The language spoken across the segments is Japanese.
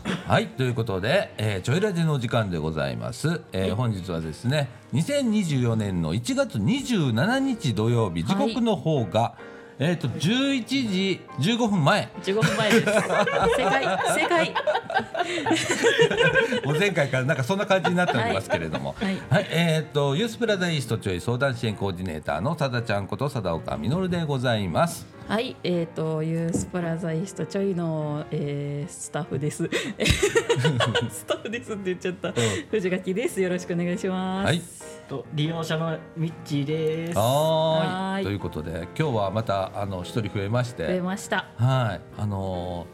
はい、ということで、ちょいラジのお時間でございます。本日はですね、2024年の1月27日土曜日、時刻の方が、11時15分前。 15分前です。正解。 もう前回からなんかそんな感じになっておりますけれども、はい、ユースプラザイーストちょい相談支援コーディネーターのさだちゃんこと佐田岡実でございます。 はい、ユースプラザイーストちょいの、スタッフです。スタッフですって言っちゃった。藤垣です。よろしくお願いします。 はい。 利用者のミッチーです。 はい。ということで今日はまた一人増えまして。 増えました。 はい。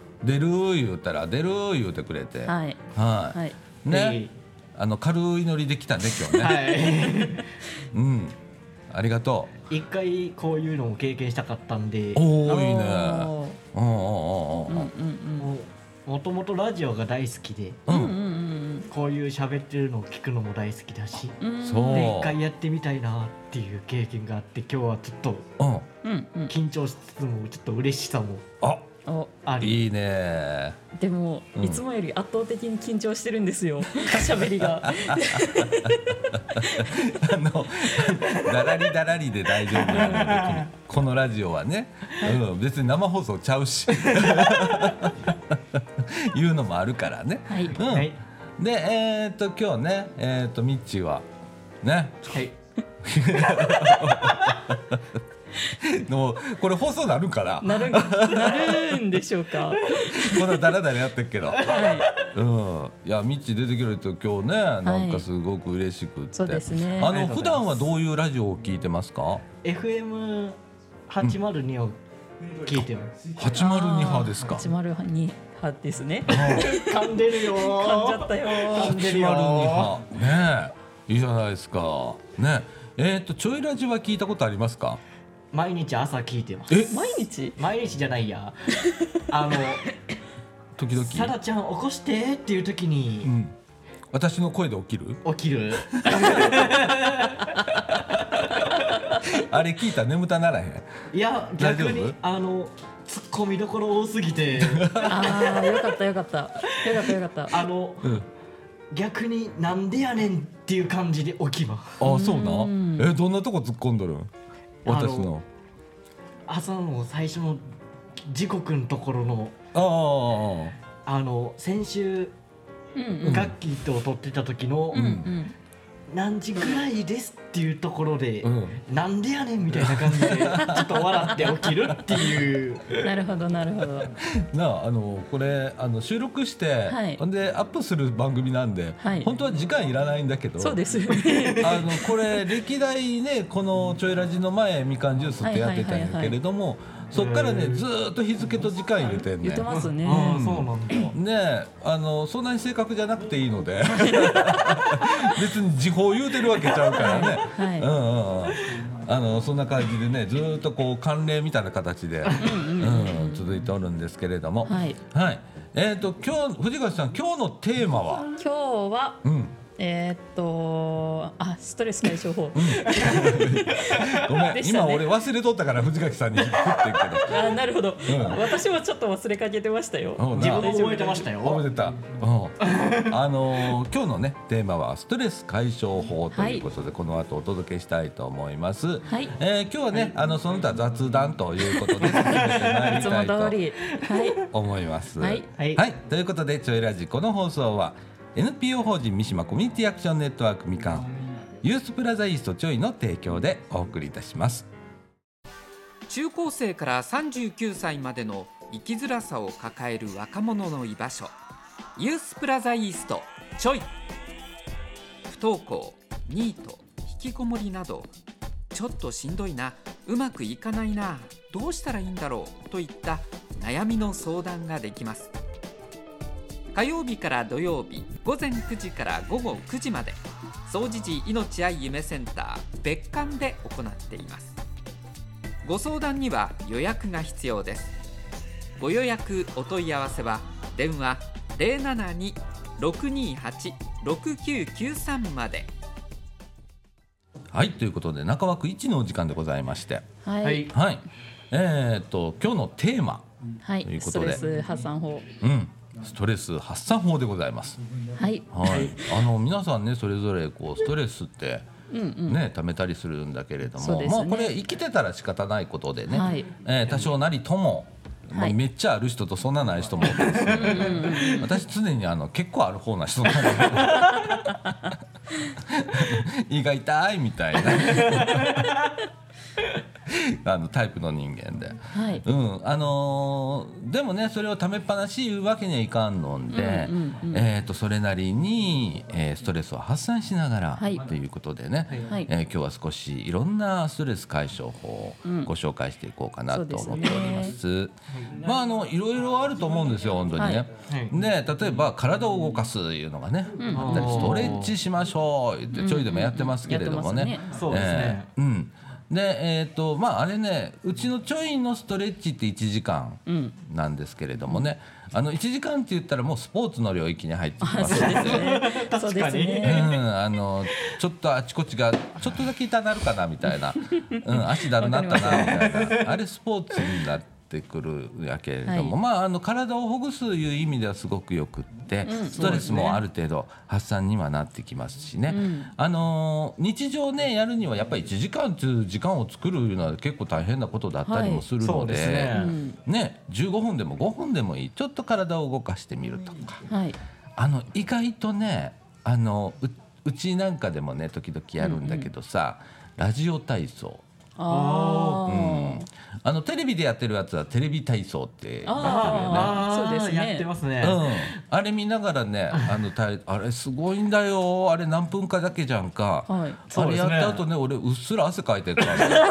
出る言うたら出る言うてくれて。 はい。 はい。はい、ね。軽いノリで来たね今日ね。はい。うん。ありがとう。一回こういうのを経験したかったんで。 おおいいね。 もともとラジオが大好きで、こういう喋ってるのを聞くのも大好きだし、で一回やってみたいなっていう経験があって、今日はちょっと緊張しつつもちょっと嬉しさもあり。 いいね。 でも、いつもより圧倒的に緊張してるんですよ。喋りが。 だらりだらりで大丈夫なので、このラジオはね、別に生放送ちゃうしいうのもあるからね。 はい。 で、今日ね、ミッチーはね。 はい。 のこれ放送なるから。 なるんでしょうか。 このダラダラやってるけど。はい。いやミッチー出てくれると今日ね、なんかすごく嬉しくって。 そうですね。 普段はどういうラジオを聞いてますか ？FM802 を聞いてます。 802派ですか ？802派ですね。 噛んでるよ。 噛んじゃったよ。 噛んでるよ。 802派ねえ、いいじゃないですかね。ちょいラジは聞いたことありますか？ 毎日朝聞いてます。毎日じゃないや。 時々 さだちゃん起こしてっていう時に、 私の声で起きる？ 起きる。 あれ聞いたら眠たならへん？ いや逆にツッコミどころ多すぎて。 よかった逆になんでやねんっていう感じで起きます。 そうな。どんなとこ突っ込んどるん？私の朝の最初の時刻のところの先週ガッキーと撮ってた時の何時ぐらいですっていうところで、なんでやねんみたいな感じでちょっと笑って起きるっていう。 なるほどなこれ収録してほんでアップする番組なんで、本当は時間いらないんだけど、 そうですよね。 これ歴代ねこのちょいラジの前みかんジュースってやってたんやけれども、そっからねずっと日付と時間入れてんね。 言ってますね。 そうなんだ。 ねそんなに正確じゃなくていいので別に時報言うてるわけちゃうからね。そんな感じでねずっとこう慣例みたいな形で続いておるんですけれども、今日藤川さん今日のテーマは？ 今日はストレス解消法。 ごめん、今俺忘れとったから藤垣さんに振ってんけど。 なるほど。私もちょっと忘れかけてましたよ。 自分で覚えてましたよ。 覚えてた。今日のねテーマはストレス解消法ということで、この後お届けしたいと思います。今日はねその他雑談ということで進めてまいりたいと思います。はい。ということでちょいラジこの放送はNPO 法人三島コミュニティアクションネットワークみかんユースプラザイーストちょいの提供でお送りいたします。 中高生から39歳までの生きづらさを抱える若者の居場所、ユースプラザイーストちょい。不登校、ニート、引きこもりなど、ちょっとしんどいな、うまくいかないな、どうしたらいいんだろうといった悩みの相談ができます。火曜日から土曜日午前9時から午後9時まで、総持寺いのち愛夢センター別館で行っています。ご相談には予約が必要です。ご予約お問い合わせは電話 072-628-6993 まで。 はい、ということで中枠1のお時間でございまして、 はい、 今日のテーマということで、 ストレス発散法、 ストレス発散法でございます。 はい、 はい、皆さんねそれぞれこうストレスってね、溜めたりするんだけれども、まあこれ生きてたら仕方ないことでね、はい、多少なりとも、はい、めっちゃある人とそんなない人もいるんですよ私常に結構ある方な人なんで胃が痛いみたいなタイプの人間で、はい、でもねそれをためっぱなし言うわけにはいかんので、それなりに、ストレスを発散しながら、はい、ということでね、はい、今日は少しいろんなストレス解消法をご紹介していこうかなと思っております。まあいろいろあると思うんですよ本当にね、はい、で例えば体を動かすいうのがね、あったりストレッチしましょうってちょいでもやってますけれどもね、 そうですね、 でまああれねうちのちょいのストレッチって1時間なんですけれどもね、1時間って言ったらもうスポーツの領域に入ってきますのでそうですね、 ちょっとあちこちがちょっとだけ痛なるかなみたいな、足だるなったなみたいなあれスポーツになってくるやけれども、はい、まあ体をほぐすいう意味ではすごくよくって、ストレスもある程度発散にはなってきますしね、日常ねやるにはやっぱり1時間という時間を作るのは結構大変なことだったりもするので、ね、15分でも5分でもいい、ちょっと体を動かしてみるとか、はい、意外とねうちなんかでもね時々やるんだけどさ、ラジオ体操、テレビでやってるやつはテレビ体操ってやってるよね。 そうですね、 やってますね、 あれ見ながらねあれすごいんだよ、あれ何分かだけじゃんか、はい、あれやった後ね俺うっすら汗かいてるからね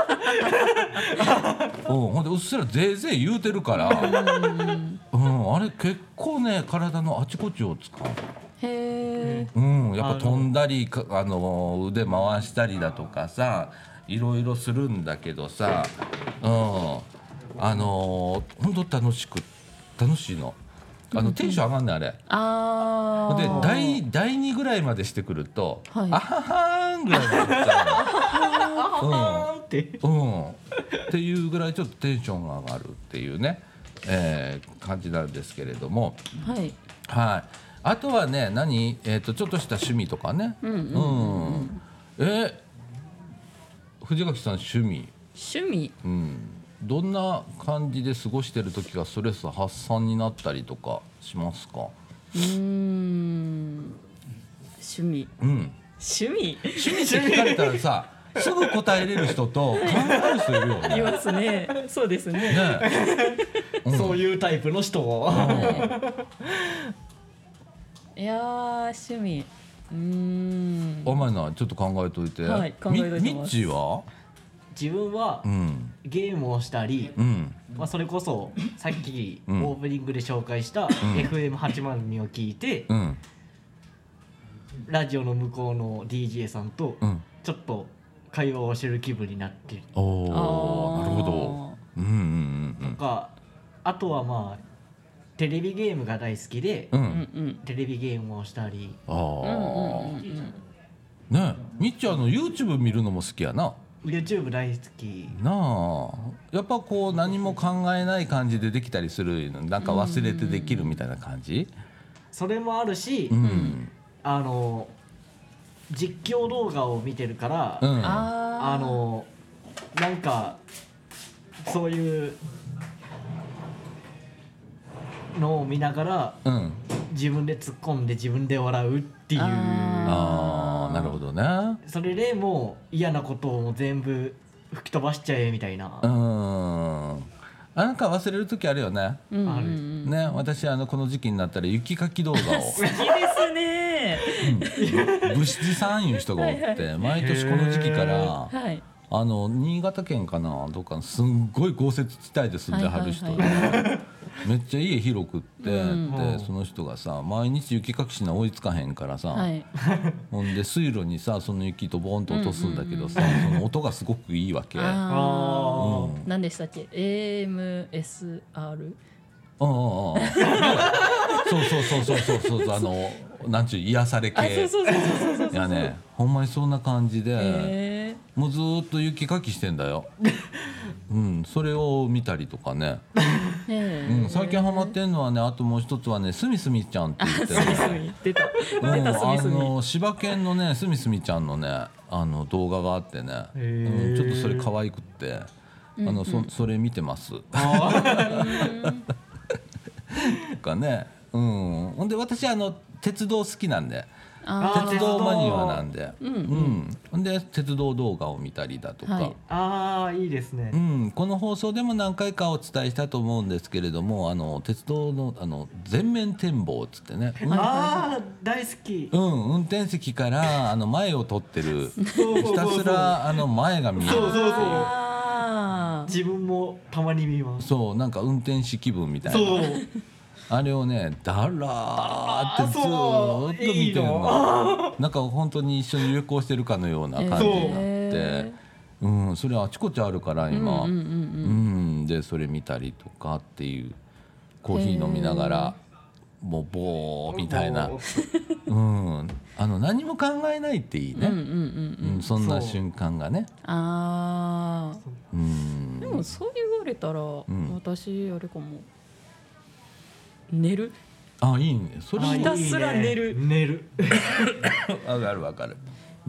ほんでうっすらぜいぜい言うてるからあれ結構ね体のあちこちを使う。 へやっぱ飛んだり腕回したりだとかさいろいろするんだけどさ、本当楽しいの。テンション上がんねあれ。で第2ぐらいまでしてくると、はい、あははーんぐらいまでいっちゃうっていうぐらいちょっとテンションが上がるっていうね、感じなんですけれども、はい、はい、あとはねちょっとした趣味とかね、藤垣さん趣味、どんな感じで過ごしてる時がストレス発散になったりとかしますか？ 趣味って聞かれたらさすぐ答えれる人と考える人いるよね。 いますね。そうですね。 そういうタイプの人を、 いや趣味お前なちょっと考えといて、 はい、考えといてます。 ミッチーは？ 自分はゲームをしたり、それこそさっきオープニングで紹介した FM802 を聞いて、ラジオの向こうの DJ さんとちょっと会話をしてる気分になってる。 なるほど。 とかあとはまあテレビゲームが大好きで、テレビゲームをしたり。 ね、みっちゃんYouTube 見るのも好きやな。 YouTube 大好きなあ。やっぱこう何も考えない感じでできたりする、なんか忘れてできるみたいな感じ。 それもあるし、実況動画を見てるから、なんかそういうのを見ながら、自分で突っ込んで自分で笑うっていう。 なるほどね。 それでもう嫌なことを全部吹き飛ばしちゃえみたいな。 なんか忘れる時あるよね。あるね。私この時期になったら雪かき動画を好きですね。 物質さんいう人がおって毎年この時期から、新潟県かなどっかすんごい豪雪地帯で住んではる人で、めっちゃ家広くって、でその人がさ毎日雪かきしな追いつかへんからさ、ほんで水路にさその雪とボンと落とすんだけどさ、その音がすごくいいわけ。 何でしたっけ？ AMSR？ そうなんちゅう癒され系やね。ほんまにそんな感じで、 もうずっと雪かきしてんだよそれを見たりとかね最近ハマってんのはね、あともう一つはね、すみすみちゃんって言ってね出た柴犬のね、すみすみちゃんのね動画があってね、ちょっとそれ可愛くってそれ見てますかね、ほんで私鉄道好きなんで、鉄道マニアなんで、ほんで鉄道動画を見たりだとか、 いいですね、 この放送でも何回かお伝えしたと思うんですけれども、鉄道の全面展望っつってね、 大好き、 運転席から前を撮ってるひたすら前が見える、 自分もたまに見ます。 そう、なんか運転士気分みたいな、あれをね、だらーってずーっと見てるの。なんか本当に一緒に旅行してるかのような感じになって、それあちこちあるから今、でそれ見たりとかっていう、コーヒー飲みながらもうボーみたいな、何も考えないっていいね、そんな瞬間がね。 でもそう言われたら、私あれかも。寝る。 いいね。それひたすら寝る。 わかるわかる。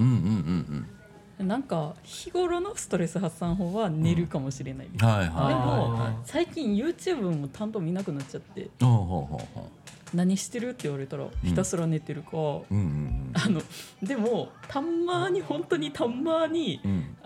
なんか日頃のストレス発散法は寝るかもしれないです。でも最近 YouTube も担当見なくなっちゃって。何してるって言われたらひたすら寝てるか、でもたまに本当にたまに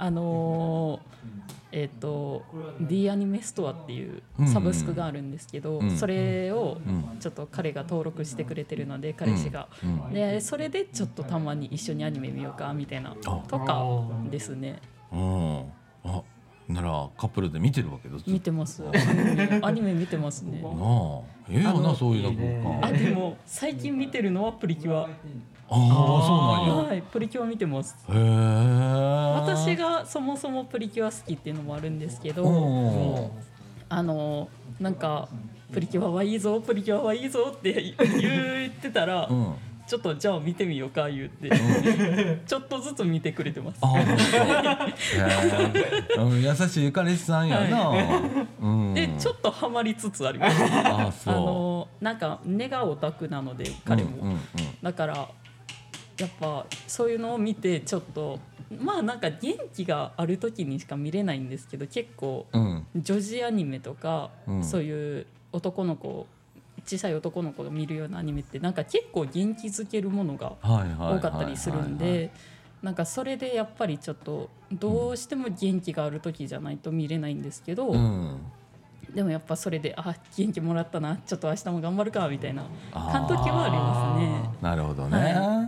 D アニメストアっていうサブスクがあるんですけど、それをちょっと彼が登録してくれてるので、彼氏が、でそれでちょっとたまに一緒にアニメ見ようかみたいなとかですね。 ならカップルで見てるわけです。 見てます。アニメ見てますね。 ええよな、そういうの。 でも最近見てるのはプリキュア。 そうなんや。 はい、プリキュア見てます。 へえ。 私がそもそもプリキュア好きっていうのもあるんですけど、なんかプリキュアはいいぞ、プリキュアはいいぞって言ってたら、ちょっとじゃあ見てみようか言って、ちょっとずつ見てくれてます。 優しい彼氏さんやな。 でちょっとハマりつつあります。なんか根がオタクなので彼も、だからやっぱそういうのを見てちょっとなんか元気がある時にしか見れないんですけど、結構女児アニメとか、そういう男の子、小さい男の子が見るようなアニメってなんか結構元気づけるものが多かったりするんで、なんかそれでやっぱりちょっとどうしても元気がある時じゃないと見れないんですけど、でもやっぱそれで元気もらったな、ちょっと明日も頑張るかみたいな感時はありますね。 なるほどね。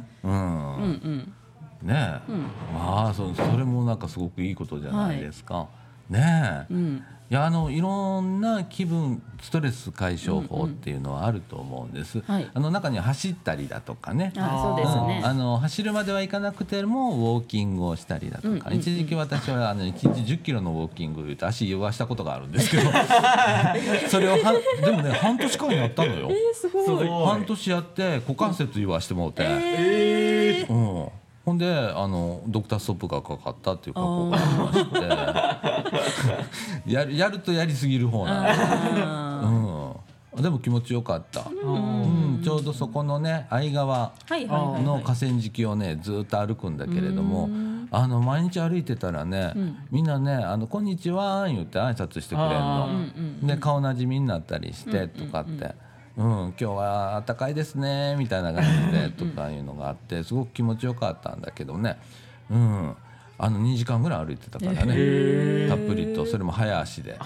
ねえ、それもなんかすごくいいことじゃないですか。ねえ。いやいろんな気分ストレス解消法っていうのはあると思うんです。中には走ったりだとかね、 そうですね、 走るまではいかなくてもウォーキングをしたりだとか、一時期私は1日10キロのウォーキング言うと足弱したことがあるんですけどそれをでもね半年間やったのよ。 すごい。 半年やって股関節言わしてもうて、ほんでドクターストップがかかったっていう過去がありましてやるとやりすぎる方なんで、でも気持ちよかった。ちょうどそこのね相川の河川敷をねずっと歩くんだけれども、毎日歩いてたらね、みんなねこんにちは言って挨拶してくれるので、顔なじみになったりしてとかって。今日は暖かいですねみたいな感じでとかいうのがあって、すごく気持ちよかったんだけどね、2時間ぐらい歩いてたからね、たっぷりと、それも早足で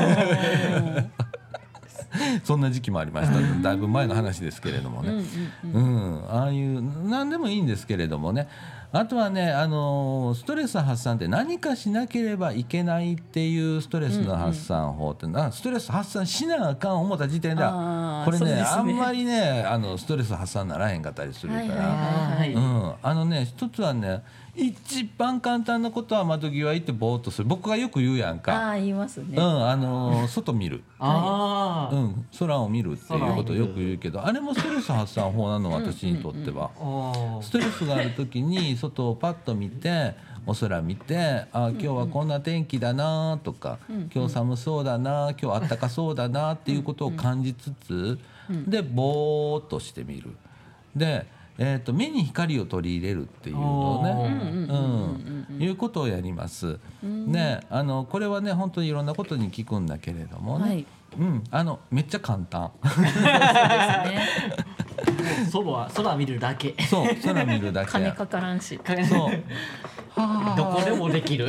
そんな時期もありました。だいぶ前の話ですけれどもね、ああいう何でもいいんですけれどもね、あとはねストレス発散って何かしなければいけないっていうストレスの発散法ってストレス発散しなあかん思った時点ではこれねあんまりねストレス発散ならへんかったりするから、一つはね一番簡単なことは窓際行ってぼーっとする。僕がよく言うやんか。 言いますね。 外見る。 は空を見るっていうことをよく言うけど、あれもストレス発散法なの、私にとっては。ストレスがある時に外をパッと見て、お空見て、今日はこんな天気だなとか、今日寒そうだな、今日暖かそうだなっていうことを感じつつ、でぼーっとしてみる。で、目に光を取り入れるっていうのをね、いうことをやります。ね、これはね本当にいろんなことに効くんだけれどもね、めっちゃ簡単。 そうですね。空見るだけ。 そう、空見るだけ。 金かからんし。 そう。 どこでもできる。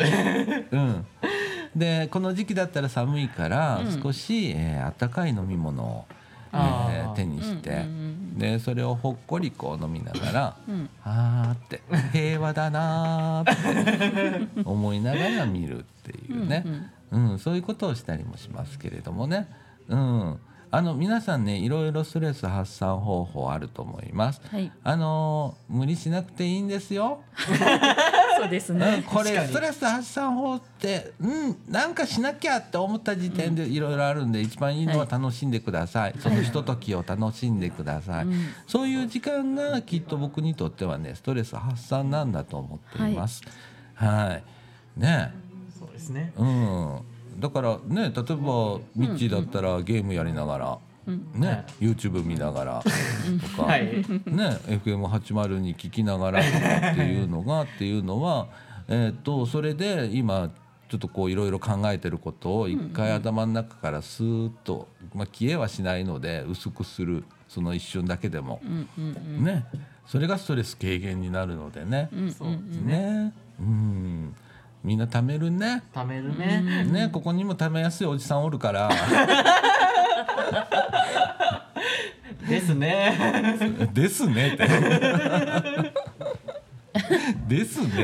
でこの時期だったら寒いから少し温かい飲み物を手にして、でそれをほっこりこう飲みながら、あーって平和だなーって思いながら見るっていうね、そういうことをしたりもしますけれどもね、皆さんねいろいろストレス発散方法あると思います。無理しなくていいんですよ。 そうですね。 これストレス発散法ってなんかしなきゃって思った時点でいろいろあるんで、一番いいのは楽しんでください。そのひとときを楽しんでください。そういう時間がきっと僕にとってはねストレス発散なんだと思っています。ね。 そうですね。 だからね、例えばミッチーだったらゲームやりながら、YouTube 見ながらとか、FM80 に聞きながらとかっていうのはそれで今ちょっとこういろいろ考えてることを一回頭の中からスーッと、消えはしないので薄くする、その一瞬だけでも、ね、それがストレス軽減になるのでね。みんな貯めるね。 貯めるね。 ね、ここにも貯めやすいおじさんおるから。 ですね。 ですねって。ですねって。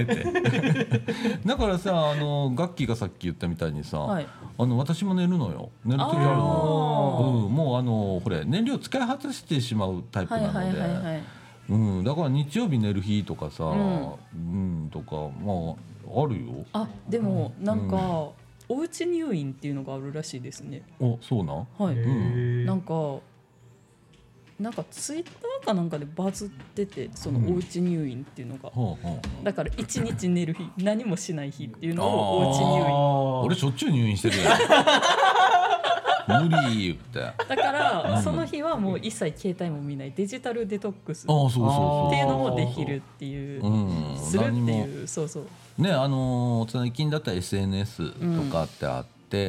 だからさ、ガッキーがさっき言ったみたいにさ、私も寝るのよ。寝る時あるの。もうこれ燃料使い果たしてしまうタイプなので、だから日曜日寝る日とかさ、とかあるよ。 でもなんか、おうち入院っていうのがあるらしいですね。 そうなん？ なんかツイッターかなんかでバズってて、そのおうち入院っていうのが、だから一日寝る日、何もしない日っていうのをおうち入院。 俺しょっちゅう入院してるよ。無理言って。 だからその日はもう一切携帯も見ない、デジタルデトックスっていうのもできるっていう、するっていう、そうね、最近だったら SNS とかってあって、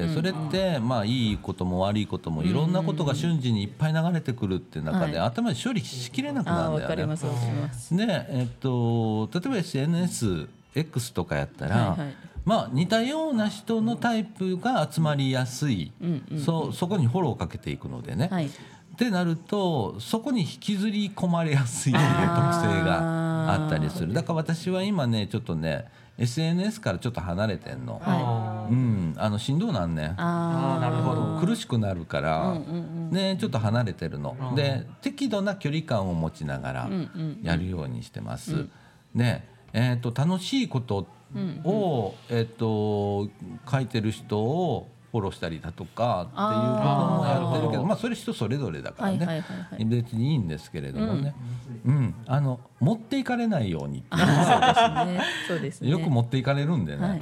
それっていいことも悪いこともいろんなことが瞬時にいっぱい流れてくるって中で、頭で処理しきれなくなるんだよね。 わかりますわかります。 ね、例えば SNS、X とかやったら、似たような人のタイプが集まりやすい、そこにフォローをかけていくのでね、ってなるとそこに引きずり込まれやすいという特性があったりする。だから私は今ねちょっとね SNS からちょっと離れてんの。しんどうなんね。 なるほど。 苦しくなるからね、ちょっと離れてるので、適度な距離感を持ちながらやるようにしてます。で、楽しいことを書いてる人をフォローしたりだとかっていうこともやってるけど、それ人それぞれだからね、別にいいんですけれどもね、持っていかれないようにっていうよく持っていかれるんでね、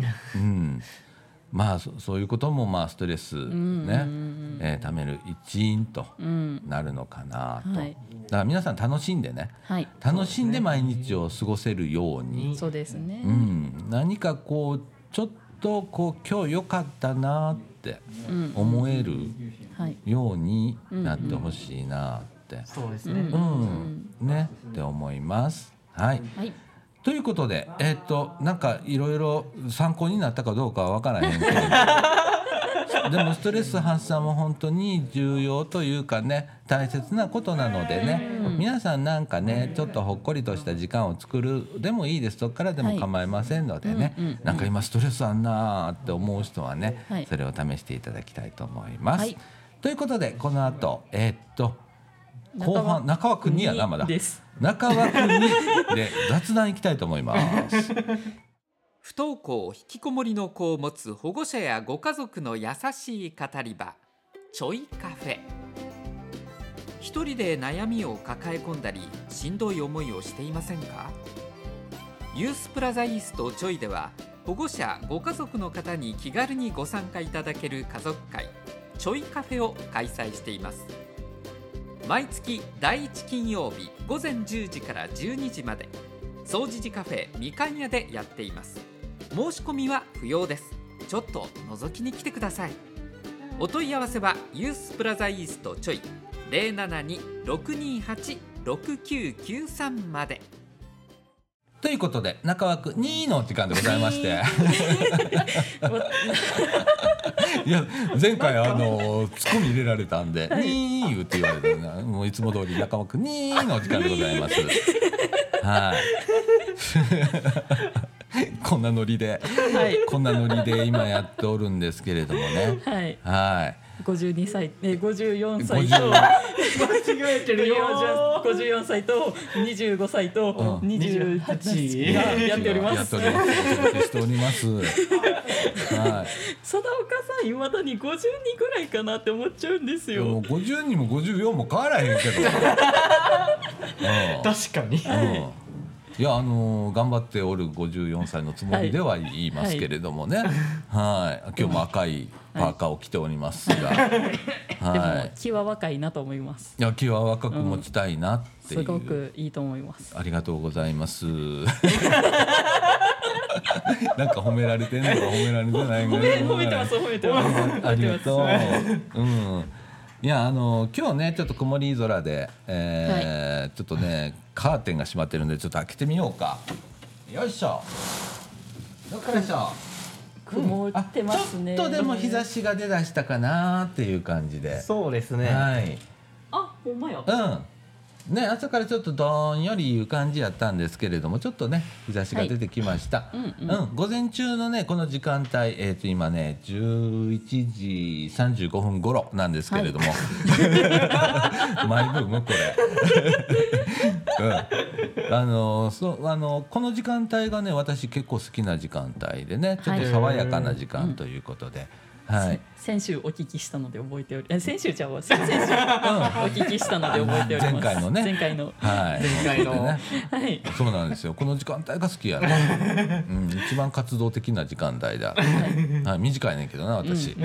そういうこともストレスね、ためる一因となるのかなと。だから皆さん楽しんでね、楽しんで毎日を過ごせるように、 そうですね、 何かこうちょっと今日良かったなって思えるようになってほしいなってそうですね、 ねって思います。ということでなんかいろいろ参考になったかどうかは分からへんけどでもストレス発散も本当に重要というかね、大切なことなのでね、皆さんなんかねちょっとほっこりとした時間を作るでもいいです。そこからでも構いませんのでね、なんか今ストレスあんなって思う人はね、それを試していただきたいと思います。ということでこの後後半中枠2やなまだです中枠2で雑談いきたいと思います不登校引きこもりの子を持つ保護者やご家族の優しい語り場ちょいカフェ。一人で悩みを抱え込んだりしんどい思いをしていませんか？ユースプラザイーストちょいでは保護者ご家族の方に気軽にご参加いただける家族会ちょいカフェを開催しています。毎月第1金曜日午前10時から12時まで総持寺カフェみかん屋でやっています。申し込みは不要です。ちょっと覗きに来てください。お問い合わせはユースプラザイーストちょい 072-628-6993 まで。 ということで中枠2の時間でございましていや前回ツッコミ入れられたんで「にー」って言われたのもういつも通り中枠2の時間でございますはいこんなノリで、こんなノリで今やっておるんですけれどもねはい 52歳、54歳と54歳と25歳と28がやっております。 やっております。お届けしております。はい。 貞岡さん、いまだに50人ぐらいかなって思っちゃうんですよ。 もう50人も54も変わらへんけど。 確かに。 いや頑張っておる54歳のつもりでは言いますけれどもね、はい、今日も赤いパーカーを着ておりますが、はい、でも気は若いなと思います。 いや気は若く持ちたいなっていう、 すごくいいと思います。 ありがとうございますなんか褒められてんのか褒められてないのか褒めてます褒めてます。 ありがとう。いや今日ねちょっと曇り空で、ちょっとねカーテンが閉まってるんでちょっと開けてみようか。よいしょ。どっからでしょう。 曇ってますね。 ちょっとでも日差しが出だしたかなっていう感じで。 そうですね。 はい。 あ、ほんまや。 ね、朝からちょっとどんよりいう感じやったんですけれどもちょっとね日差しが出てきました、午前中のねこの時間帯、今ね11時35分頃なんですけれども、マイブームこれ、この時間帯がね私結構好きな時間帯でねちょっと爽やかな時間ということで、はい、 先週お聞きしたので覚えており先週ちゃうわ先々週、お聞きしたので覚えております。 前回のね前回のはいそうなんですよ。この時間帯が好きやね、一番活動的な時間帯だ、はい、短いねんけどな私、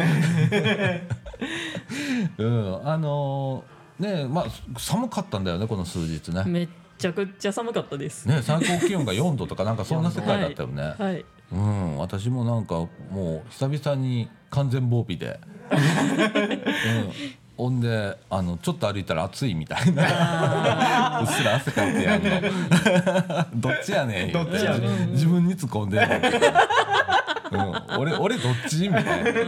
ねまあ寒かったんだよねこの数日ね。 めっちゃくちゃ寒かったですね。最高気温が4度とかなんかそんな世界だったよね。 はい、 私もなんかもう久々に完全防備で、ほんでちょっと歩いたら暑いみたいなうっすら汗かいてやんのどっちやねん言うて自分に突っ込んでる俺どっちみたいな、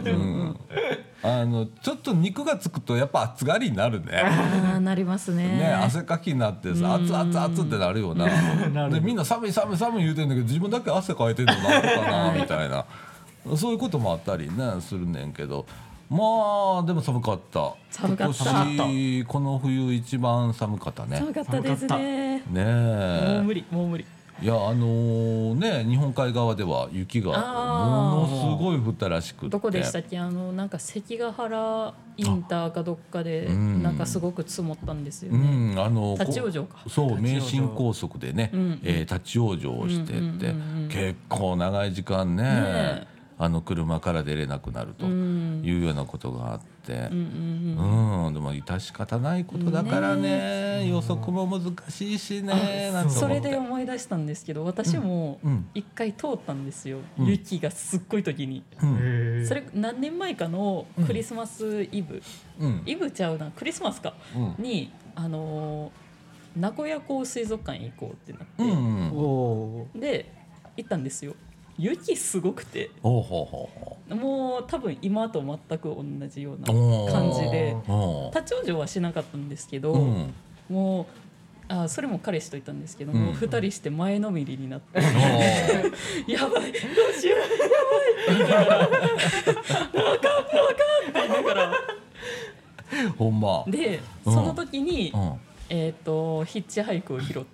ちょっと肉がつくとやっぱ暑がりになるね。 なりますね。 汗かきになってさ熱々熱ってなるよなでみんな寒い寒い寒い言うてんだけど自分だけ汗かいてんのなんとかなみたいなそういうこともあったりねするねんけど、まあでも寒かった。 寒かった。 今年この冬一番寒かったね。 寒かったですね。 ねえ。 もう無理もう無理。 いやね日本海側では雪がものすごい降ったらしくて。 どこでしたっけなんか関ヶ原インターかどっかでなんかすごく積もったんですよね。立ち往生か。 そう名神高速でね、立ち往生をしてって結構長い時間ね。車から出れなくなるというようなことがあって、でも致し方ないことだからね予測も難しいしねなんて思って。 それで思い出したんですけど私も一回通ったんですよ、雪がすっごい時に、それ何年前かのクリスマスイブ、イブちゃうなクリスマスか、に名古屋港水族館へ行こうってなって、で行ったんですよ。雪すごくてもう多分今と全く同じような感じで立ち往生はしなかったんですけど、もうそれも彼氏といたんですけども、2人して前のめりになってやばいどうしようやばいわかんって言いながらほんまでその時に、ヒッチハイクを拾って、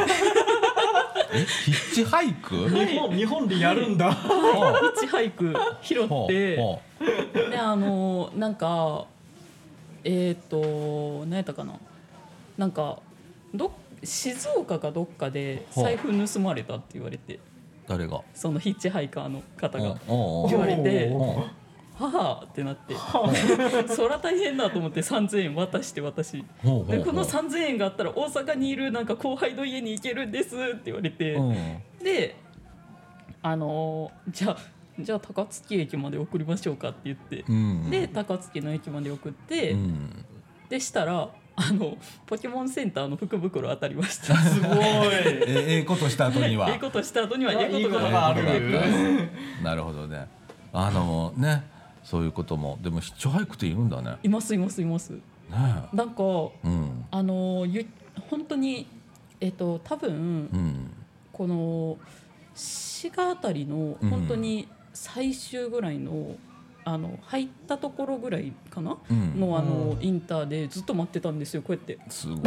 ヒッチハイク、 日本でやるんだ。 ヒッチハイク拾ってでなんか何やったかな、なんか静岡かどっかで財布盗まれたって言われて、 誰が？ そのヒッチハイカーの方が言われて、はぁってなって、そら大変だと思って3000円渡して、私でこの3000円があったら大阪にいるなんか後輩の家に行けるんですって言われて、でじゃあ高槻駅まで送りましょうかって言って、で高槻の駅まで送って、でしたらポケモンセンターの福袋当たりました。 すごい。 ことした後にはことがある。 なるほどね。ね、そういうことも。でもヒッチハイクって言うんだね。 います。ね、なんか、本当に多分、この滋賀あたりの本当に最終ぐらいの入ったところぐらいかな、のインターでずっと待ってたんですよ、こうやって。 すごい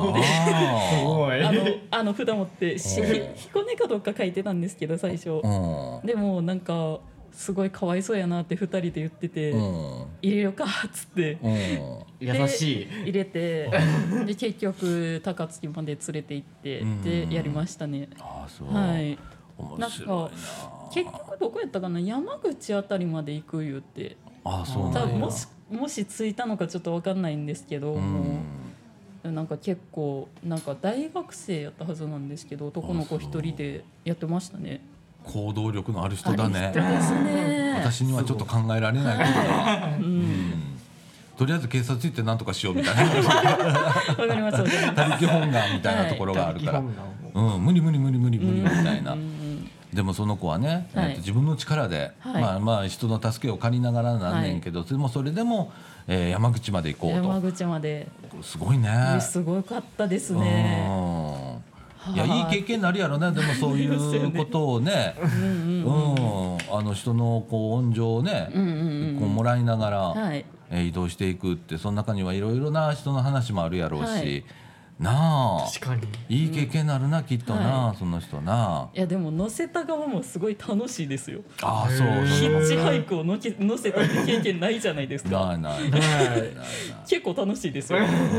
札持って彦根かどっか書いてたんですけど最初、でもなんかすごいかわいそうやなって2人で言ってて、入れようかっつって、 優しい入れて、で結局高槻まで連れて行ってでやりましたね。はい。なんか結局どこやったかな、山口あたりまで行く言って、 そうなんや。 もし着いたのかちょっと分かんないんですけど、なんか結構なんか大学生やったはずなんですけど、男の子一人でやってましたね。 行動力のある人だね。 ですね。 私にはちょっと考えられないことが、とりあえず警察行って何とかしようみたいな。 わかります。 他力本願みたいなところがあるから、無理みたいな。でもその子はね、自分の力で、まあ人の助けを借りながらなんねんけど、それでも山口まで行こうと。 山口まで。 すごいね。 すごかったですね。 いや、いい経験になるやろね。でもそういうことをね、人のこう恩情をね、こうもらいながら移動していくって、その中にはいろいろな人の話もあるやろうし。なあ、 確かにいい経験になるな、きっとな、その人な。 いやでも乗せた側もすごい楽しいですよ。 そう。 ヒッチハイクを乗せたって経験ないじゃないですか。 ない結構楽しいですよ。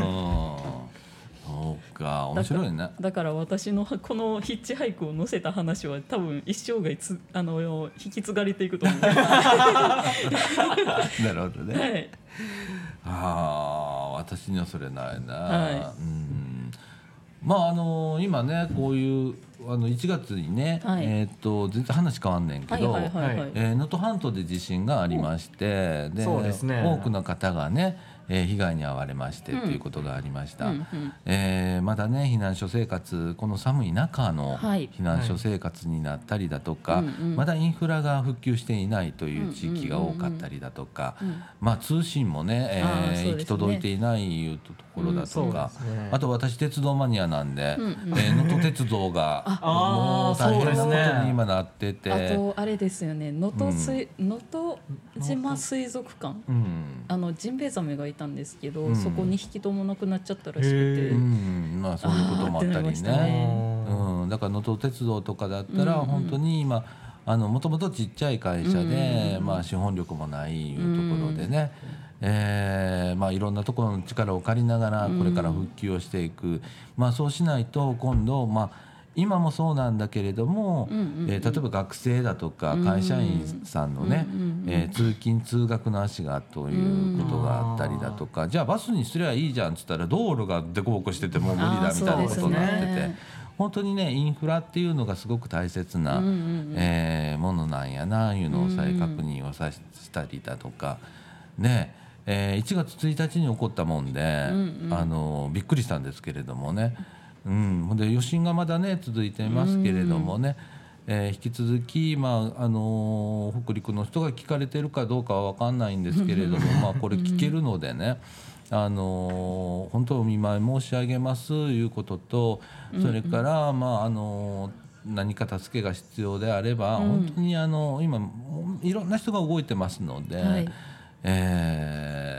そうか、面白いね。 だから私のこのヒッチハイクを乗せた話は多分一生涯引き継がれていくと思う。 なるほどね。私にはそれないな。まあ今ね、こういう1月にね、全然話変わんねんけど、能登半島で地震がありまして、で多くの方がね被害に遭われましてということがありました。まだね避難所生活、この寒い中の避難所生活になったりだとか、まだインフラが復旧していないという地域が多かったりだとか、まあ通信もね行き届いていないいうところだとか、あと私鉄道マニアなんで能登鉄道がもう大変なことに今なってて、 あとあれですよね、能登島水族館、ジンベエザメがいたんですけど、そこに引き戸もなくなっちゃったらしくて、 まあそういうこともあったりね。だから能登鉄道とかだったら本当に今もともとちっちゃい会社で、まあ資本力もないいうところでね、まあいろんなところの力を借りながらこれから復旧をしていく。まあそうしないと今度今もそうなんだけれども、例えば学生だとか会社員さんのね、通勤通学の足がということがあったりだとか、じゃあバスにすりゃいいじゃんっつったら道路が凸凹しててもう無理だみたいなことになってて、本当にねインフラっていうのがすごく大切なものなんやないうのを再確認をしたりだとかね。1月1日に起こったもんで、びっくりしたんですけれどもね。で余震がまだね続いていますけれどもね、引き続き、北陸の人が聞かれてるかどうかは分かんないんですけれども、これ聞けるのでね、本当お見舞い申し上げますいうことと、それから何か助けが必要であれば、本当に今いろんな人が動いてますので。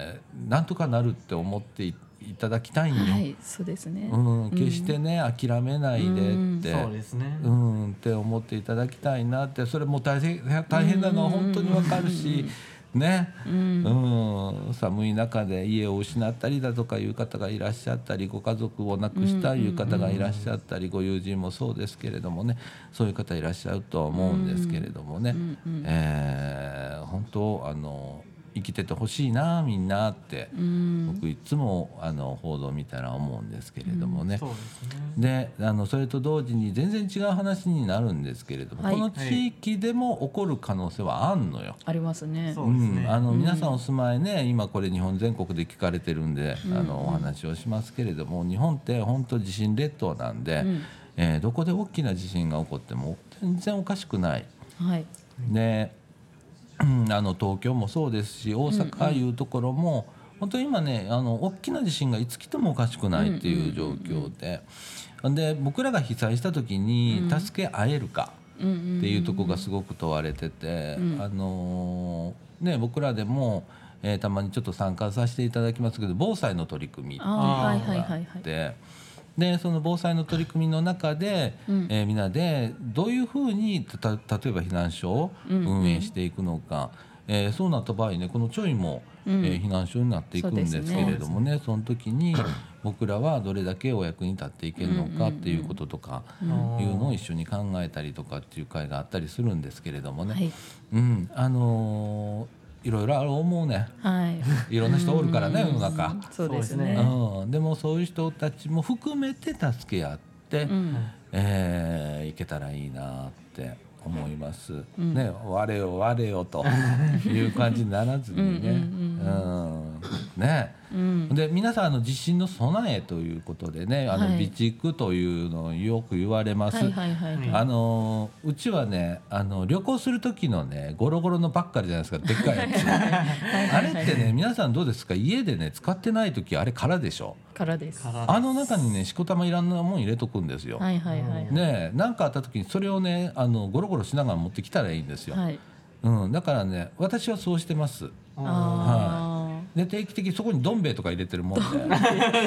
なんとかなるって思っていただきたいんよ、 はい、そうですね、 決してね諦めないでって、 そうですね、 って思っていただきたいなって。それも大変なのは本当にわかるし、ね、寒い中で家を失ったりだとかいう方がいらっしゃったり、ご家族を亡くしたいう方がいらっしゃったり、ご友人もそうですけれどもね、そういう方いらっしゃるとは思うんですけれどもね、本当生きててほしいなみんなって、僕いつも報道見たら思うんですけれどもね、 そうですね。 でそれと同時に全然違う話になるんですけれども、この地域でも起こる可能性はあんのよ。 ありますね。 そうですね。 皆さんお住まいね、今これ日本全国で聞かれてるんで、お話をしますけれども、日本って本当地震列島なんで、どこで大きな地震が起こっても全然おかしくない。で東京もそうですし、大阪いうところも、本当に今ね大きな地震がいつ来てもおかしくないっていう状況で、で僕らが被災した時に助け合えるかっていうところがすごく問われてて、僕らでも、たまにちょっと参加させていただきますけど、防災の取り組みっていうのがあって、でその防災の取り組みの中で、みんなでどういうふうに例えば避難所を運営していくのか、そうなった場合ね、このちょいも、避難所になっていくんですけれどもね、その時に僕らはどれだけお役に立っていけるのかっていうこととかいうのを一緒に考えたりとかっていう会があったりするんですけれどもね、いろいろある思うね、いろんな人おるからね、世の中。 そうですね。 でもそういう人たちも含めて助け合って、いけたらいいなって思います、ね、我よ我よという感じにならずにね。で皆さん地震の備えということでね、備蓄というのをよく言われます。うちはね旅行する時のねゴロゴロのばっかりじゃないですか、でっかいやつあれってね、皆さんどうですか、家でね使ってない時あれ空でしょ。 空です。 中にねしこたまいらんなもん入れとくんですよ。ね、なんかあった時にそれをねゴロゴロしながら持ってきたらいいんですよ。だからね私はそうしてます。で定期的にそこにどん兵衛とか入れてるもんでもう食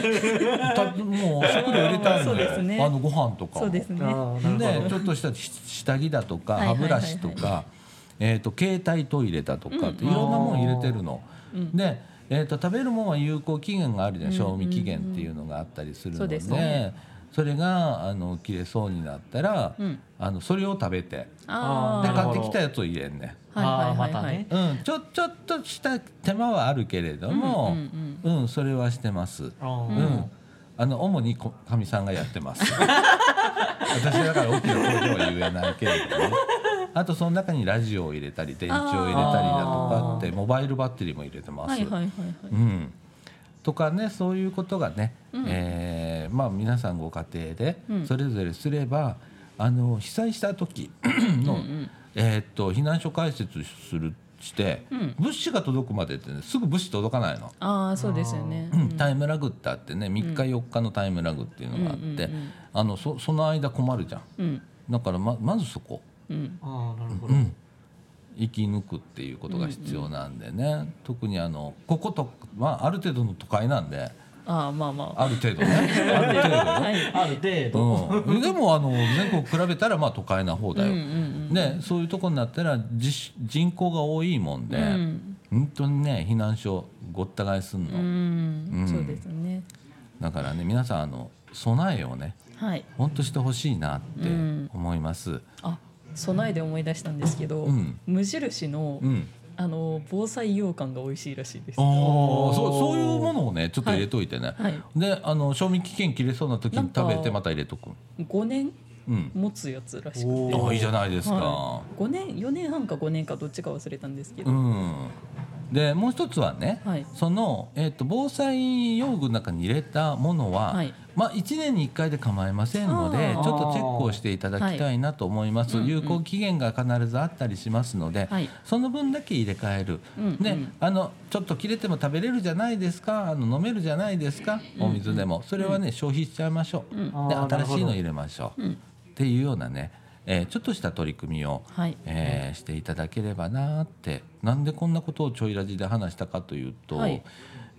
料入れたいのよ、ご飯とかも。でちょっとした下着だとか歯ブラシとか携帯トイレだとかっていろんなもん入れてるの。で食べるもんは有効期限があるじゃん、賞味期限っていうのがあったりするので、それが切れそうになったら、それを食べてで買ってきたやつを入れんね。ちょっとした手間はあるけれども、それはしてます。主にかみさんがやってます私だから大きな声では言えないけれどね。あとその中にラジオを入れたり電池を入れたりだとかって、モバイルバッテリーも入れてます。とかね、そういうことがね、皆さんご家庭でそれぞれすれば、被災した時の避難所開設して、物資が届くまでってねすぐ物資届かないの。 そうですよね。 タイムラグってあってね、3日4日のタイムラグっていうのがあって、その間困るじゃん。だからまずそこ、 なるほど。 生き抜くっていうことが必要なんでね、特にここと、ある程度の都会なんで、ある程度ねある程度、 でも全国比べたら都会な方だよ。でそういうとこになったら人口が多いもんで、本当にね避難所ごった返すんの。 そうですね。 だからね皆さん備えをね、本当してほしいなって思います。 備えで思い出したんですけど、無印の防災羊羹が美味しいらしいです。 そういうものをねちょっと入れといてね、で賞味期限切れそうな時に食べてまた入れとく。 5年持つやつらしくて、 いいじゃないですか。 5年4年半か5年かどっちか忘れたんですけど、 でもう一つはね、その、防災用具の中に入れたものは、1年に1回で構いませんので、ちょっとチェックをしていただきたいなと思います。有効期限が必ずあったりしますので、その分だけ入れ替える。でちょっと切れても食べれるじゃないですか、飲めるじゃないですか、お水でもそれはね消費しちゃいましょう。で新しいの入れましょう、っていうようなねちょっとした取り組みを、していただければなって。なんでこんなことをちょいラジで話したかというと、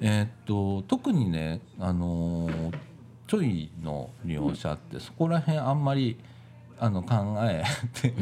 特にね、ちょいの利用者ってそこら辺あんまり考えて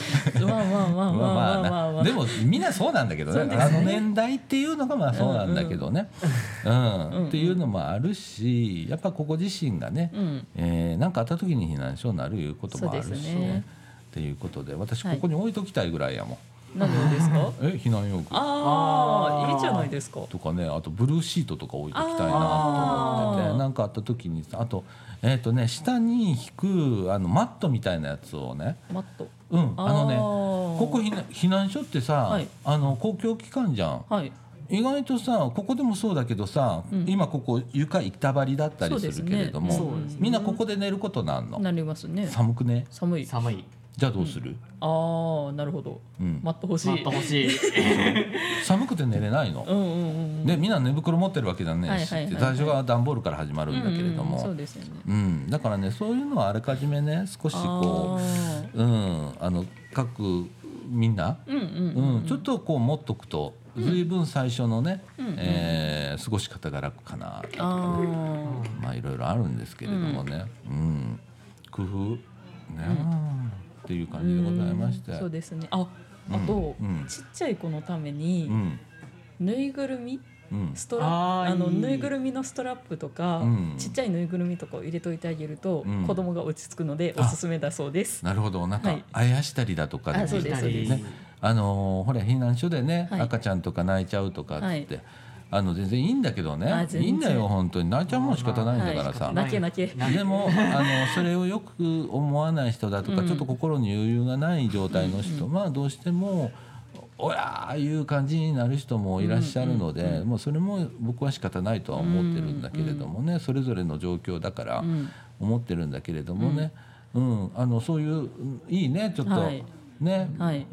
まあでもみんなそうなんだけどね、年代っていうのがまあそうなんだけどね、っていうのもあるし、やっぱここ自身がね、なんかあった時に避難所になるいうこともあるしね、っていうことで私ここに置いときたいぐらいやもん。 何ですか？ 避難用具。 いいじゃないですか。 とかね、あとブルーシートとか置いときたいなと思ってて、なんかあった時にあと下に引くマットみたいなやつをね。 マット。 ここ避難所ってさ、公共機関じゃん。意外とさ、ここでもそうだけどさ、今ここ床板張りだったりするけれども、みんなここで寝ることなんの？ なりますね。 寒くね？ 寒い。 じゃあどうする？ なるほど。マット欲しい。 寒くて寝れないの。でみんな寝袋持ってるわけじゃねえし、最初は段ボールから始まるんだけれども、 そうですよね。 だからね、そういうのはあらかじめね、少しこう各みんなちょっとこう持っとくと随分最初のね過ごし方が楽かなとかね、まあいろいろあるんですけれどもね、工夫ねっていう感じでございまして、 そうですね。あとちっちゃい子のためにぬいぐるみ、ぬいぐるみのストラップとかちっちゃいぬいぐるみとかを入れといてあげると子供が落ち着くのでおすすめだそうです。 なるほど。なんかあやしたりだとかでね、ほら避難所でね、赤ちゃんとか泣いちゃうとかって全然いいんだけどね、いいんだよ本当に、泣いちゃうもん仕方ないんだからさ、 泣けでもそれをよく思わない人だとか、ちょっと心に余裕がない状態の人、まあどうしてもおやーいう感じになる人もいらっしゃるので、もうそれも僕は仕方ないとは思ってるんだけれどもね、それぞれの状況だから思ってるんだけれどもね、そういういいねちょっとね、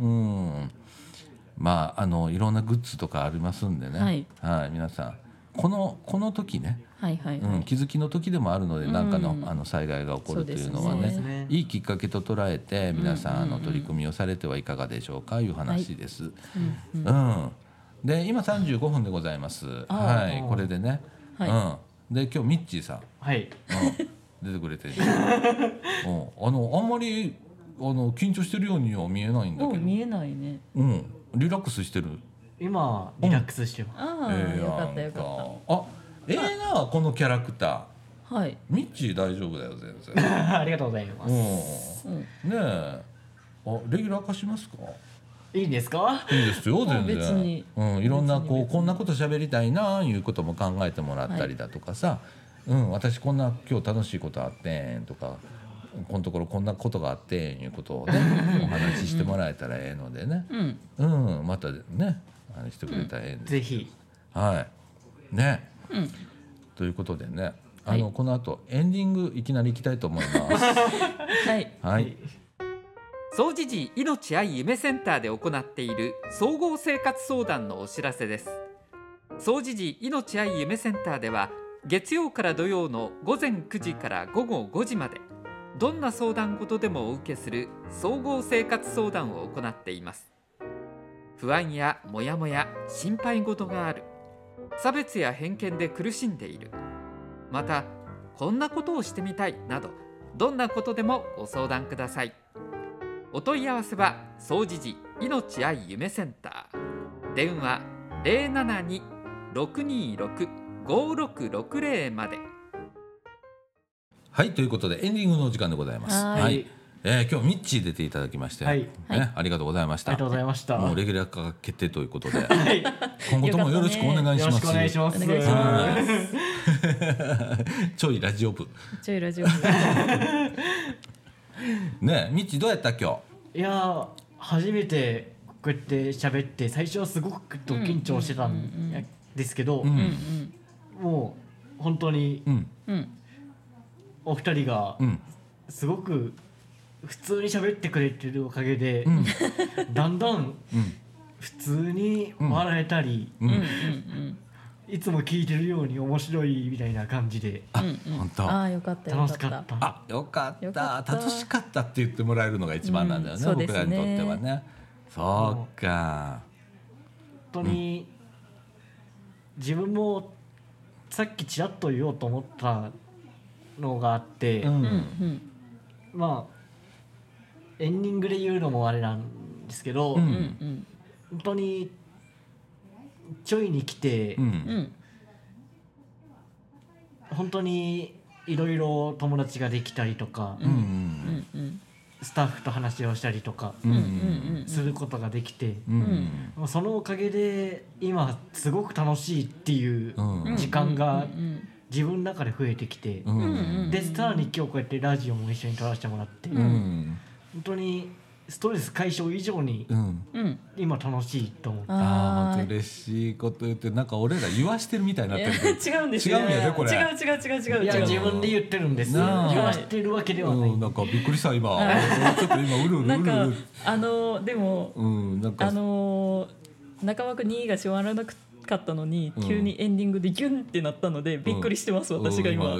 まあいろんなグッズとかありますんでね、皆さんこの時ね、気づきの時でもあるので、何かの災害が起こるというのはね、いいきっかけと捉えて皆さん取り組みをされてはいかがでしょうかいう話です。で今35分でございます。これでね、で今日ミッチーさん出てくれてる。あんまり緊張してるようには見えないんだけど。 見えないね。 リラックスしてる。 今リラックスしてます。 よかったよかった。 なこのキャラクター。 ミッチー大丈夫だよ全然。 ありがとうございます。 ねえ、レギュラー化しますか？ いいんですか？ いいですよ全然。 別にいろんなこんなこと喋りたいないうことも考えてもらったりだとかさ、私こんな今日楽しいことあってんとか、このところこんなことがあっていうことをねお話ししてもらえたらええのでね、またねしてくれたらええんで、 ぜひね、ということでね、この後エンディングいきなり行きたいと思います。 総持寺いのち愛夢センターで行っている総合生活相談のお知らせです。総持寺いのち愛夢センターでは月曜から土曜の午前9時から午後5時まで、どんな相談事でもお受けする総合生活相談を行っています。不安やモヤモヤ、心配事がある、差別や偏見で苦しんでいる、またこんなことをしてみたいなど、どんなことでもご相談ください。お問い合わせは総持寺いのち愛夢センター、電話 072-626-5660 まで。 ということでエンディングのお時間でございます。今日ミッチー出ていただきまして、ありがとうございました。 ありがとうございました。 もうレギュラー化決定ということで、今後ともよろしくお願いします。 よろしくお願いします。 ちょいラジオ部。ねえ、ミッチーどうやった今日？いや初めてこうやって喋って、最初はすごくド緊張してたんですけど、もう本当にお二人がすごく普通に喋ってくれてるおかげで、だんだん普通に笑えたり、いつも聞いてるように面白いみたいな感じで、 本当よかった楽しかった。 よかった楽しかったって言ってもらえるのが一番なんだよね、僕らにとってはね。そうか、 本当に自分もさっきちらっと言おうと思ったのがあって、まあエンディングで言うのもあれなんですけど、本当にちょいに来て、本当にいろいろ友達ができたりとか、スタッフと話をしたりとかすることができて、そのおかげで今すごく楽しいっていう時間が自分の中で増えてきて、でさらに今日こうやってラジオも一緒に撮らせてもらって、本当にストレス解消以上に今楽しいと思って、 本当嬉しいこと言って、なんか俺ら言わしてるみたいになってるけど違うんですよ。 違うんやねこれ。 違う。 いや自分で言ってるんです。言わしてるわけではない。 なんかびっくりした今。ちょっと今うるうる。 なんかでも中枠2位がしわらなかったのに、急にエンディングでギュンってなったのでびっくりしてます、私が今。はい。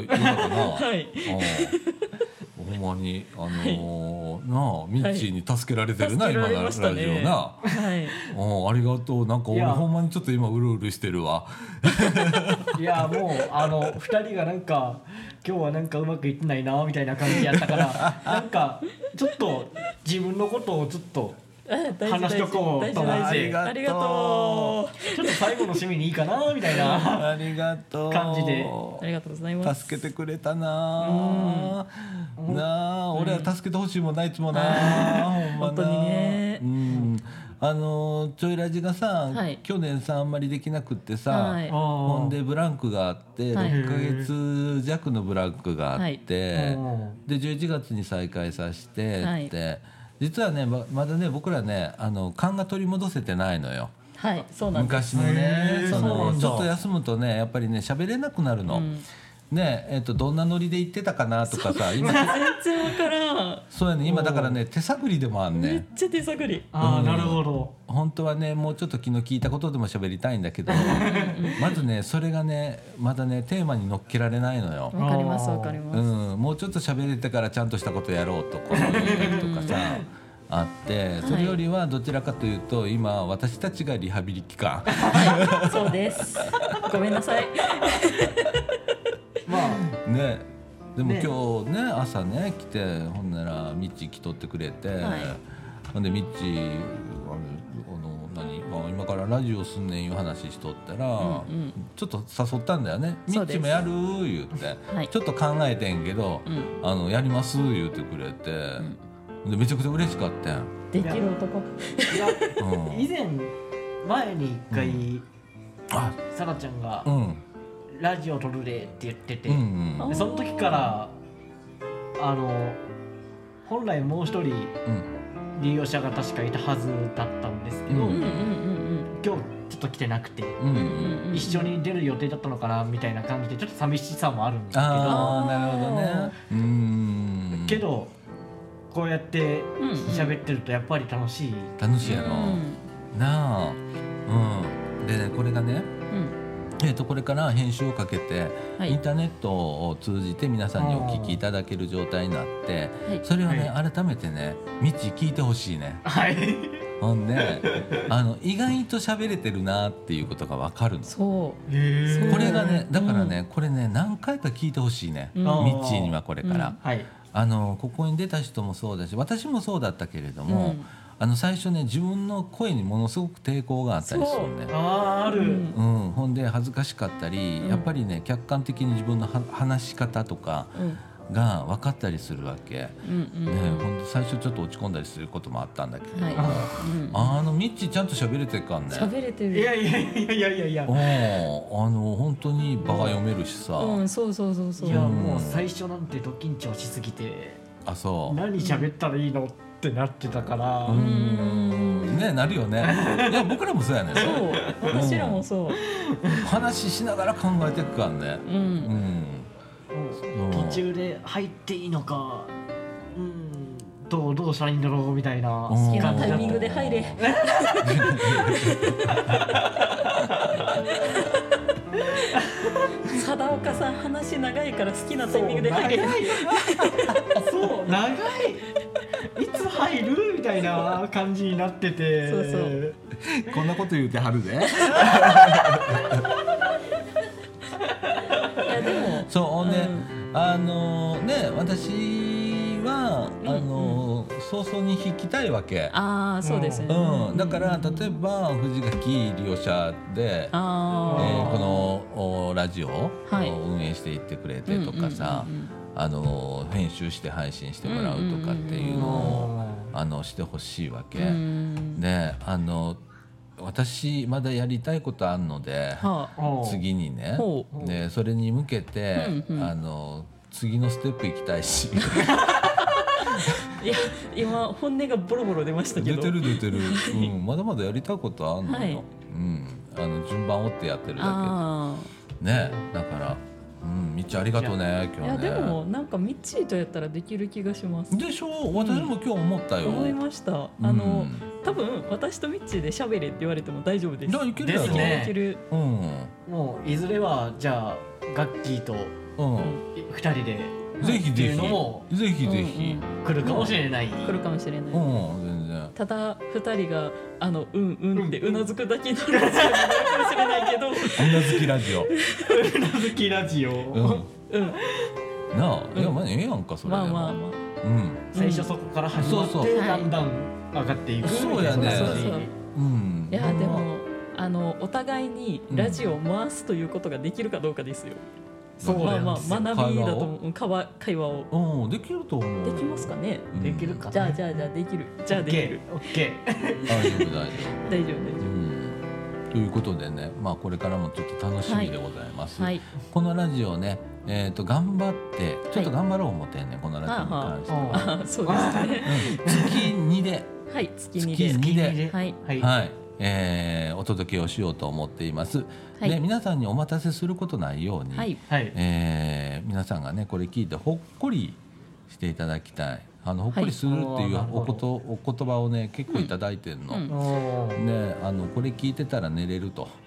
ほんまになあミッチーに助けられてるな、今のラジオな。ありがとう。なんか俺ほんまにちょっと今うるうるしてるわ。 いやもう2人がなんか今日はなんかうまくいってないなみたいな感じやったからなんかちょっと自分のことをちょっと話しとこうと思って、 ありがとう。 ちょっと最後の締めにいいかなみたいなありがとう感じで、 ありがとうございます。 助けてくれたなあ、俺は助けてほしいもんないつもな。 本当にね。 ちょいラジがさ、去年さあんまりできなくってさ、ほんでブランクがあって6ヶ月弱のブランクがあって、で11月に再開させてって、実はねまだね僕らね勘が取り戻せてないのよ。 はい、そうなんです。 昔のねちょっと休むとねやっぱりね喋れなくなるの。ねどんなノリで言ってたかなとかさ今全然わからん。 そうやね、今だからね手探りでもあんね。 めっちゃ手探り。 なるほど。 本当はねもうちょっと昨日聞いたことでも喋りたいんだけどまずねそれがねまだねテーマに乗っけられないのよ。 わかりますわかります。 もうちょっと喋れてからちゃんとしたことやろうとか言ったりとかさあってそれよりはどちらかというと今私たちがリハビリ期間。 はい、そうです。ごめんなさい。 まあね、でも今日ね朝ね来てほんならミッチー来とってくれて、ほんでミッチー今からラジオすんねんいう話しとったら、ちょっと誘ったんだよね。ミッチーもやる言って、ちょっと考えてんけど、やります言ってくれて、でめちゃくちゃ嬉しかったん。 できる男。 以前に一回さらちゃんがラジオ撮るでって言ってて、でその時から本来もう一人利用者が確かいたはずだったんですけど、今日ちょっと来てなくて、一緒に出る予定だったのかなみたいな感じでちょっと寂しさもあるんですけど、 なるほどね。 けどこうやって喋ってるとやっぱり楽しいやろなあ。でねこれがねこれから編集をかけて、インターネットを通じて皆さんにお聞きいただける状態になって、それをね、改めてねミッチー聞いてほしいね。ほんで意外と喋れてるなっていうことが分かるの。これがねだからね、これね何回か聞いてほしいね、ミッチーにはこれから、ここに出た人もそうだし私もそうだったけれども、最初ね自分の声にものすごく抵抗があったりするんだよ。 ある。 ほんで恥ずかしかったり、やっぱりね客観的に自分の話し方とかが分かったりするわけ。ほんと最初ちょっと落ち込んだりすることもあったんだけど、ミッチーちゃんと喋れてるからね。 喋れてる。 いや。 本当に場が読めるしさ。 そう。 いやもう最初なんてド緊張しすぎて。何喋ったらいいのってなってたからね、なるよね。いや僕らもそうやね。 そう私らもそう話しながら考えていくからね。 途中で入っていいのかどうしたらいいんだろうみたいな。 好きなタイミングで入れ。貞岡さん話長いから好きなタイミングで入れ。 そう長いいつ入るみたいな感じになってて、 こんなこと言うてはるで。 そうね、私は早々に弾きたいわけ。 そうですね。 だから例えば藤垣利用者で、このラジオを運営していってくれてとかさ、編集して配信してもらうとかっていうのをしてほしいわけで、私まだやりたいことあるので、次にね、でそれに向けて次のステップ行きたいしいや今本音がボロボロ出ましたけど、 出てる、まだまだやりたいことあるのよ、順番追ってやってるだけでね。だからみっちありがとうね今日ね。 いやでもなんかミッチーとやったらできる気がします。 でしょ。私も今日思ったよ。 思いました。多分私とミッチーで喋れって言われても大丈夫です。 いけるですね。 いける。 もういずれはじゃあガッキーと2人でぜひぜひぜひ来るかもしれない。 来るかもしれない。 全然。 ただ2人がってうなずくだけのラジオになるかもしれないけど。 うなずきラジオ。 うなずきラジオ。 なあ、いやまあええやんかそれでも。まあ最初そこから始まってだんだん上がっていく。 そうやね。 いやでもお互いにラジオを回すということができるかどうかですよ。 そう学びだと思う。会話を。 できると思う。 できますかね。 できるか。 じゃあできる。じゃあできる。 オッケー。 大丈夫。 大丈夫。 ということでね、これからもちょっと楽しみでございます。このラジオね、頑張ってちょっと頑張ろう思ってね、このラジオに関しては。 そうですね。 月2で。 はい、月2で。はい。 お届けをしようと思っています。で皆さんにお待たせすることないように、皆さんがねこれ聞いてほっこりしていただきたい。ほっこりするっていうお言葉をね結構いただいてるの。ねこれ聞いてたら寝れると。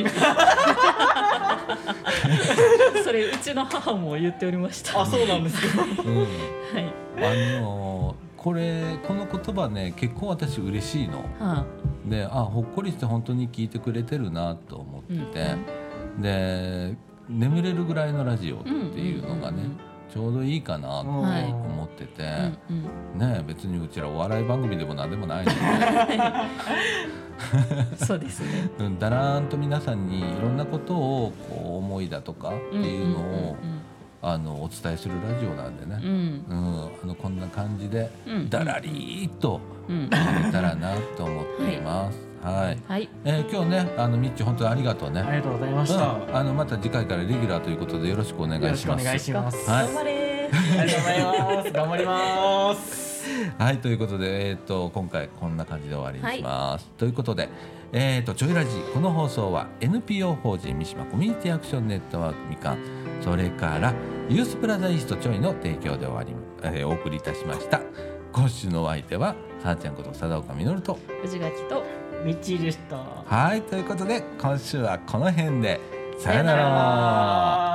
それうちの母も言っておりました。 あ、そうなんですか。はい。 この言葉ね結構私嬉しいの。でほっこりして本当に聞いてくれてるなと思ってて、で眠れるぐらいのラジオっていうのがねちょうどいいかなと思ってて、ね別にうちらお笑い番組でも何でもないのでそうですね。 だらーんと皆さんにいろんなことを思いだとかっていうのをお伝えするラジオなんでね、こんな感じでだらりーっとやれたらなと思っています。はい。今日ねみっち本当にありがとうね。 ありがとうございました。 また次回からレギュラーということでよろしくお願いします。 お願いします。 頑張れ。 ありがとうございます。頑張ります。 はい、ということで今回こんな感じで終わりにします。ということでちょいラジこの放送は NPO 法人三島コミュニティアクションネットワークみかん、それからユースプラザイーストちょいの提供でお送りいたしました。今週のお相手はさあちゃんこと佐岡実と藤垣とみっちーでした。 はい、ということで今週はこの辺でさよなら。